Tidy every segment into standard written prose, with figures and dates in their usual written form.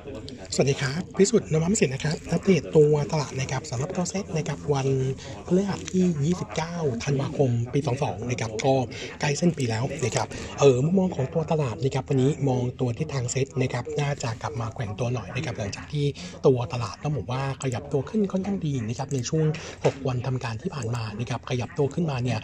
สวัสดีครับพิสุทธิ์นวมศิลป์นะครับอัปเดตตัวตลาดนะครับสำหรับตัวเซ็ตนะครับวันพฤหัสที่ 29 ธันวาคม ปี 22 นะครับก็ใกล้สิ้นปีแล้วนะครับมุมมองของตัวตลาดนะครับวันนี้มองตัวทิศทางเซ็ตนะครับน่าจะกลับมาแกว่งตัวหน่อยนะครับหลังจากที่ตัวตลาดต้องบอกว่าขยับตัวขึ้นค่อนข้างดีนะครับในช่วง 6 วันทำการที่ผ่านมานะครับขยับตัวขึ้นมาเนี่ย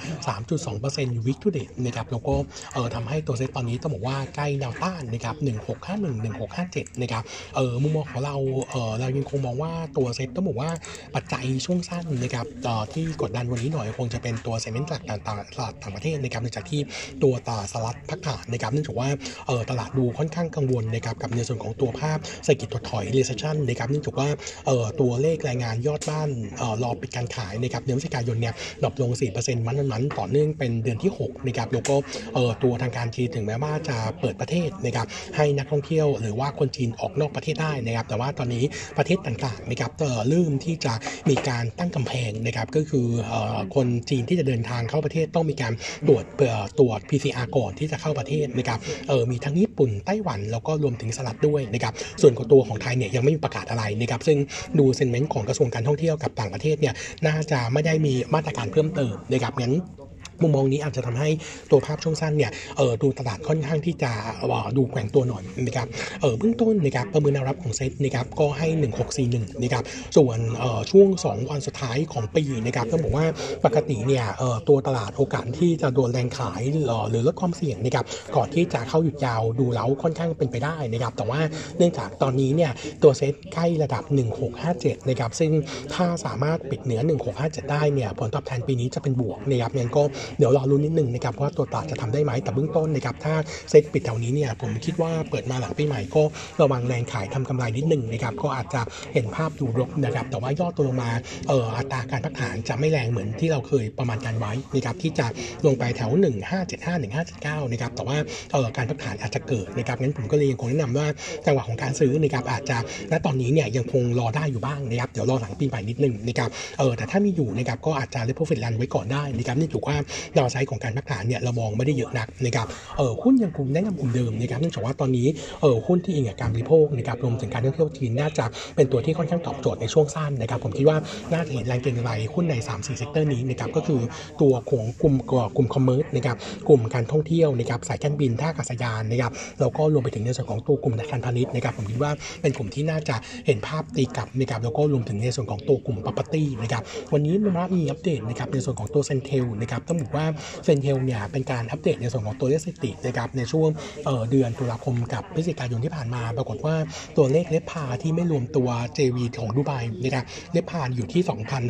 3.2% week to date นะครับแล้วก็ทำให้ตัวเซ็ตตอนนี้ต้องบอกว่าใกล้แนวต้านนะครับ1651 1657นะครับมุมมองของเรายังคงมองว่าตัวเซ็ตต้องบอกว่าปัจจัยช่วงสั้นนะครับที่กดดันวันนี้หน่อยคงจะเป็นตัวเซนเมนต์ต่างประเทศนะครับเนื่องจากที่ตัวตลาดสหรัฐพักฐานนะครับเนื่องจากว่าตลาดดูค่อนข้างกังวลนะครับกับในส่วนของตัวภาพเศรษฐกิจถดถอย recession นะครับเนื่องจากว่าตัวเลขรายงานยอดบ้านรอปิดการขายนะครับเดือนพฤศจิกายนเนี่ยดรอปลง 4% มันต่อเนื่องเป็นเดือนที่6นะครับแล้วก็ตัวทางการจีนถึงแม้ว่าจะเปิดประเทศนะครับให้นักท่องเที่ยวหรือว่าคนจีนออกนอกประเทศได้นะครับแต่ว่าตอนนี้ประเทศต่างๆนะครับเริ่มที่จะมีการตั้งกำแพงนะครับก็คือคนจีนที่จะเดินทางเข้าประเทศต้องมีการตรวจ PCR ก่อนที่จะเข้าประเทศนะครับมีทั้งญี่ปุ่นไต้หวันแล้วก็รวมถึงสหรัฐด้วยนะครับส่วนตัวของไทยเนี่ยยังไม่มีประกาศอะไรนะครับซึ่งดูเซนเมนต์ของกระทรวงการท่องเที่ยวกับต่างประเทศเนี่ยน่าจะไม่ได้มีมาตรการเพิ่มเติมนะครับงั้นมุมมองนี้อาจจะทำให้ตัวภาพช่วงสั้นเนี่ยดูตลาดค่อนข้างที่จะดูแกว่งตัวหน่อยนะครับเบื้องต้นนะครับประเมินแนวรับของเซ็ตนะครับก็ให้1641นะครับส่วนช่วง2วันสุดท้ายของปีนะครับต้องบอกว่าปกติเนี่ยตัวตลาดโอกาสที่จะโดนแรงขายหรือลดความเสี่ยงนะครับก่อนที่จะเข้าหยุดยาวดูแล้วค่อนข้างเป็นไปได้นะครับแต่ว่าเนื่องจากตอนนี้เนี่ยตัวเซ็ตใกล้ระดับ1657นะครับซึ่งถ้าสามารถปิดเหนือ1657ได้เนี่ยผลตอบแทนปีนี้จะเป็นบวกนะครับงั้นก็เดี๋ยวรอรุ้นนิดนึงนะครับว่าตัวตลาดจะทำได้ไหมแต่เบื้องต้นนะครับถ้าเซ็ตปิดแถวนี้เนี่ยผมคิดว่าเปิดมาหลังปีใหม่ก็ระวังแรงขายทำกำไรนิดนึงนะครับก็อาจจะเห็นภาพดูรบนะครับแต่ว่าย่อตัวลงมาอัตราการพักฐานจะไม่แรงเหมือนที่เราเคยประมาณการไว้นะครับที่จะลงไปแถว1575 1579นะครับแต่ว่าการพักฐานอาจจะเกิดนะครับงั้นผมก็เลยยังคงแนะนำว่าจังหวะของการซื้อนะครับอาจจะณตอนนี้เนี่ยยังคงรอได้อยู่บ้างนะครับเดี๋ยวรอหลังปีใหม่นิดนึงนะครับแต่ถ้ามีอยู่นะครับก็อาจจะเลทโปรฟิตรันไว้ก่อนได้นะครับนี่ถือว่าดาวไซด์ของการพักฐานเนี่ยเรามองไม่ได้เยอะนักนะครับหุ้นยังคงแนะนำกลุ่มเดิมนะครับเนื่องจากว่าตอนนี้หุ้นที่อิงกับการบริโภคนะครับรวมถึงการท่องเที่ยวจีนน่าจะเป็นตัวที่ค่อนข้างตอบโจทย์ในช่วงสั้นนะครับผมคิดว่าน่าจะเห็นแรงเก็งกำไรหุ้นใน 3-4 เซกเตอร์นี้นะครับก็คือตัวของกลุ่มคอมเมอร์สนะครับกลุ่มการท่องเที่ยวนะครับสายการบินท่าอากาศยานนะครับแล้วก็รวมไปถึงในส่วนของตัวกลุ่มธนาคารพาณิชย์นะครับผมคิดว่าเป็นกลุ่มที่น่าจะเห็นภาพตีกลับนะครับแล้วก็รวมถึงในส่วนของตัวกลุ่ม property นะครับวันนี้มีอัปเดตนะครับในส่วนของตัวเซนเทลนะครับต้องบอกว่าเซนเทลเนี่ยเป็นการอัปเดตในส่วนของตัวเลขสถิตินะครับในช่วงเดือนตุลาคมกับพฤศจิกายนที่ผ่านมาปรากฏว่าตัวเลขเลพาที่ไม่รวมตัว JV ของดูไบนะครับเลพาอยู่ที่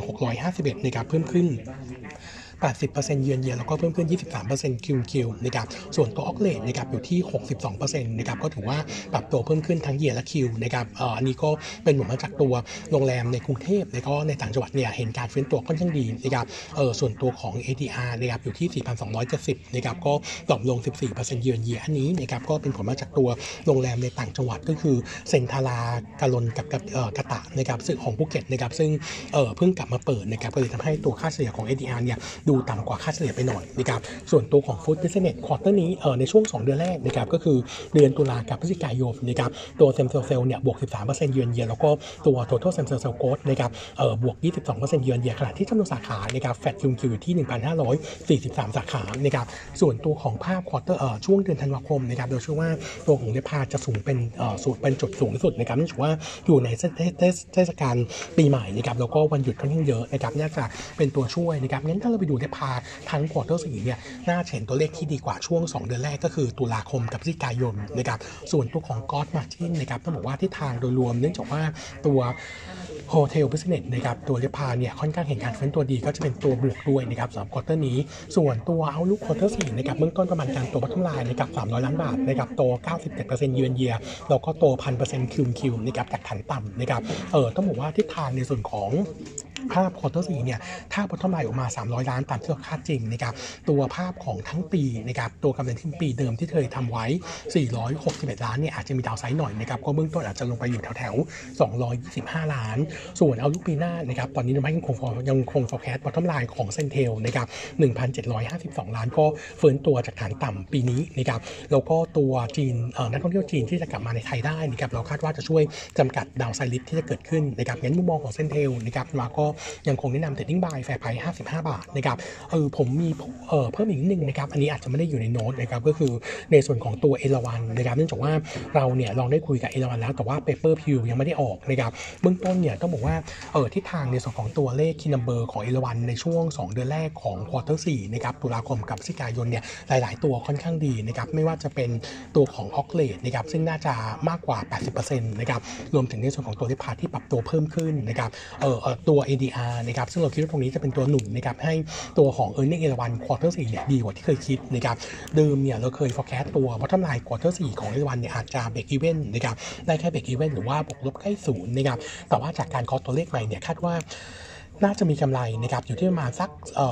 2,651 นะครับเพิ่มขึ้น80% เยือนเยียแล้วก็เพิ่มขึ้น 23% QQ นะครับส่วนตัวออกเลทนะครับอยู่ที่ 62% นะครับก็ถือว่าปรับตัวเพิ่มขึ้นทั้งเยียและคิวนะครับอันนี้ก็เป็นผลมาจากตัวโรงแรมในกรุงเทพแล้วก็ในต่างจังหวัดเนี่ยเห็นการฟื้นตัวค่อนข้างดีนะครับส่วนตัวของ ADR นะครับอยู่ที่ 4,270 นะครับก็ดรอปลง 14% เยือนเยียอันนี้นะครับก็เป็นผลมาจากตัวโรงแรมในต่างจังหวัดก็คือเซ็นทรากะลนกับกะตะนะครับซึ่งของภูเก็ตนะครับซึ่งเพิ่งกลับมาเปิดนะครับก็เลยทำให้ตัวค่าเฉลี่ยของ ADR เนี่ยดูต่ำกว่าค่าเฉลี่ยไปหน่อยนะครับส่วนตัวของ Food Business Quarter นี้ในช่วง2เดือนแรกนะครับก็คือเดือนตุลากับพฤศจิกายนนะครับตัว Same Store Sales เนี่ยบวก 13% เยือนเยียแล้วก็ตัว Total Same Store Sales Growth นะครับบวก 22% เยือนเยียขณะที่จำนวนสาขานะครับ FAT QQ อยู่ที่ 1,543 สาขานะครับส่วนตัวของภาพ Quarter ช่วงเดือนธันวาคมนะครับโดยเชื่อว่าตัวของเดพาจะสูงเป็นจุดสูงที่สุดนะครับเนื่องจากว่าอยู่ในเทศกาลปีใหม่นะครับแล้วก็วันหยุดค่อนข้างเยอะนะครับน่าจะเป็นตัวช่วยนะครับงั้นถ้าเราไปดูเดพาทั้งควอเตอร์4เนี่ยน่าเห็นตัวเลขที่ดีกว่าช่วง2เดือนแรกก็คือตุลาคมกับพฤศจิกายนนะครับส่วนตัวของกอสมาร์จิ้นนะครับต้องบอกว่าที่ทางโดยรวมเนื่องจากว่าตัวโฮเทลบิสเนสนะครับตัวเดพาเนี่ยค่อนข้างเห็นการฟื้นตัวดีก็จะเป็นตัวบวกด้วยนะครับสำหรับควอเตอร์นี้ส่วนตัวเอาลุกควอเตอร์4นะครับเบื้องต้นประมาณการตัวบัตรทุนลายนะครับ300 ล้านบาทนะครับโต 97% เยือนเยียแล้วก็โต 1,000% QQ นะครับจากฐานต่ำนะครับต้องบอกว่าทิศทางในส่วนของภาพควอเตอร์4เนี่ยถ้า bottom line ออกมา300ล้านตามที่เราคาดจริงนะครับตัวภาพของทั้งปีนะครับตัวกำไรที่ปีเดิมที่เคยทำไว้461ล้านเนี่ยอาจจะมีดาวไซด์หน่อยนะครับก็เบื้องต้นอาจจะลงไปอยู่แถว225ล้านส่วนเอาลุกปีหน้านะครับตอนนี้ยังคง forecast bottom line ของ Centel นะครับ1,752 ล้านก็ฟื้นตัวจากฐานต่ำปีนี้นะครับแล้วก็ตัวจีนนักท่องเที่ยวจีนที่จะกลับมาในไทยได้นะครับเราคาดว่าจะช่วยจำกัดดาวไซด์ริสที่จะเกิดขึ้นนะครับงั้นมุมมองของ Centel นะครับมาก็ยังคงแนะนำ trading buy fair price 55 บาทนะครับผมมีเพิ่มอีกนิดนึงนะครับอันนี้อาจจะไม่ได้อยู่ในโน้ตนะครับก็คือในส่วนของตัวเอราวัณนะครับเนื่องจากว่าเราเนี่ยลองได้คุยกับเอราวัณแล้วแต่ว่า paper view ยังไม่ได้ออกนะครับเบื้องต้นเนี่ยต้องบอกว่าทิศทางในส่วนของตัวเลข key number ของเอราวัณในช่วง2เดือนแรกของ quarter 4นะครับตุลาคมกับพฤศจิกายนเนี่ยหลายๆตัวค่อนข้างดีนะครับไม่ว่าจะเป็นตัวของ Oclet นะครับซึ่งน่าจะมากกว่า 80% นะครับรวมถึงในส่วนของตัวเลขพาที่ปรับตัวเพิ่มขึ้นนะครับตัว ADR นะครับซึ่งเราคิดว่าตรงนี้จะเป็นตัวหนุนนะครับให้ตัวของ earning เอราวัณ quarter 4เนี่ยดีกว่าที่เคยคิดนะครับเดิมเนี่ยเราเคย forecast ตัว bottom line quarter 4ของเอราวัณเนี่ยอาจจะ break even นะครับได้แค่ break even หรือว่าบวกลบใกล้ศูนย์นะครับแต่ว่าจากการเคาะตัวเลขใหม่เนี่ยคาดว่าน่าจะมีกำไรนะครับอยู่ที่ประมาณสัก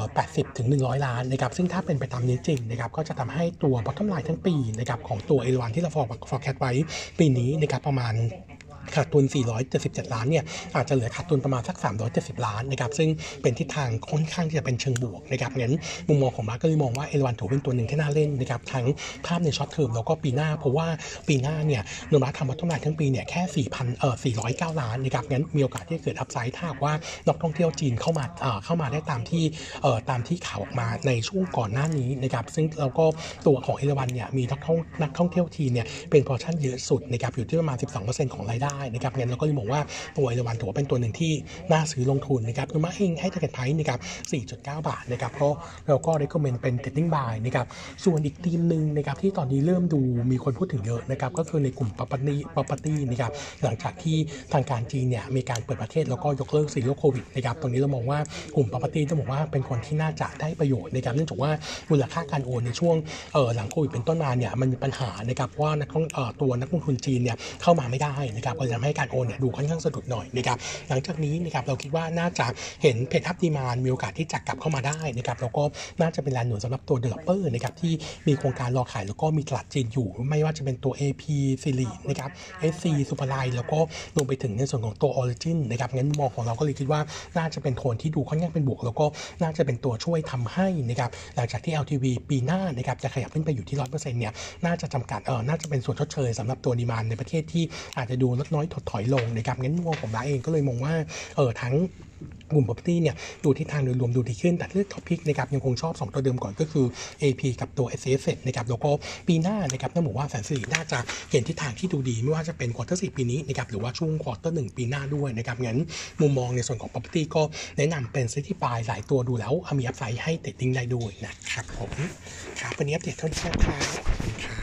80 ถึง 100 ล้านนะครับซึ่งถ้าเป็นไปตามนี้จริงนะครับก็จะทำให้ตัว bottom line ทั้งปีนะครับของตัวเอราวัณที่เรา forecast ไว้ปีนี้นะครับประมาณขาดทุน477ล้านเนี่ยอาจจะเหลือขาดทุนประมาณสัก370ล้านนะครับซึ่งเป็นทิศทางค่อนข้างที่จะเป็นเชิงบวกนะครับงั้นมุมมองของมาร์กก็เลยมองว่าเอราวัณถือเป็นตัวหนึ่งที่น่าเล่นนะครับทั้งภาพในช็อตเทอมแล้วก็ปีหน้าเพราะว่าปีหน้าเนี่ยโนมาทำบอททอมไลน์ทั้งปีเนี่ยแค่409ล้านนะครับงั้นมีโอกาสที่จะเกิดอัพไซด์ถ้าว่านักท่องเที่ยวจีนเข้ามาได้ตามที่ข่าวออกมาในช่วงก่อนหน้านี้นะครับซึ่งแล้วก็ตัวของเอราวัณเนี่ยมีนักท่องเที่ยวจีนเนี่ยเป็นพอร์ชั่นเยอะสุดนะครับอยู่ที่ประมาณ 12% ของรายได้นะครับงั้นเราก็เลยมองว่าตัวเอราวัณถือว่าเป็นตัวหนึ่งที่น่าซื้อลงทุนนะครับคือมาเองให้ target price นะครับ 4.9 บาทนะครับก็เราก็ recommend เป็น trading buy นะครับส่วนอีกทีมนึงนะครับที่ตอนนี้เริ่มดูมีคนพูดถึงเยอะนะครับก็คือในกลุ่ม property นะครับหลังจากที่ทางการจีนเนี่ยมีการเปิดประเทศแล้วก็ยกเลิกซีโร่โควิดนะครับตรงนี้เรามองว่ากลุ่ม property ต้องบอกว่าเป็นคนที่น่าจะได้ประโยชน์นะครับเนื่องจากว่ามูลค่าการโอนในช่วงหลังโควิดเป็นต้นมาเนี่ยมันมีปัญหานะครับว่าตัวนักลงทุนจีนเนี่ยเข้ามาไม่ได้นะครับก็จะทำให้การโอนเนี่ยดูค่อนข้างสะดุดหน่อยนะครับหลังจากนี้นะครับเราคิดว่าน่าจะเห็นเพจทับดีมานมีโอกาสที่จะกลับเข้ามาได้นะครับแล้วก็น่าจะเป็นแรงหนุนสำหรับตัว developer นะครับที่มีโครงการรอขายแล้วก็มีตลาดจีนอยู่ไม่ว่าจะเป็นตัว AP ซีรีส์นะครับ SC ซูเปอร์ไลน์แล้วก็รวมไปถึงในส่วนของตัว Origin นะครับงั้นมองของเราก็เลยคิดว่าน่าจะเป็นโทนที่ดูค่อนข้างเป็นบวกแล้วก็น่าจะเป็นตัวช่วยทำให้นะครับหลังจากที่ LTV ปีหน้านะครับจะขยับขึ้นไปอยู่ที่ 100% เนี่ยน่าจะจำกัดน่าจะเป็นส่วนชดเชยสำหรับตัวดีมานในประเทศที่อาจจะดูลดน้อยถดถอยลงนะครับงั้นมองผมเองก็เลยมองว่าทั้งกลุ่ม property เนี่ยดูทิศทางโดยรวมดูดีขึ้นแต่เลือกท็อปิกนะครับยังคงชอบ2ตัวเดิมก่อนก็คือ AP กับตัว SAS นะครับแล้วก็ปีหน้านะครับต้องบอกว่าแสนสิริน่าจะเห็นทิศทางที่ดูดีไม่ว่าจะเป็น quarter 4ปีนี้นะครับหรือว่าช่วง quarter 1ปีหน้าด้วยนะครับงั้นมุมมองในส่วนของ property ก็แนะนำเป็น city buy หลายตัวดูแล้วมี upside ให้ trading ได้ด้วยนะครับผมครับวันนี้อัปเดตเท่านี้ครับ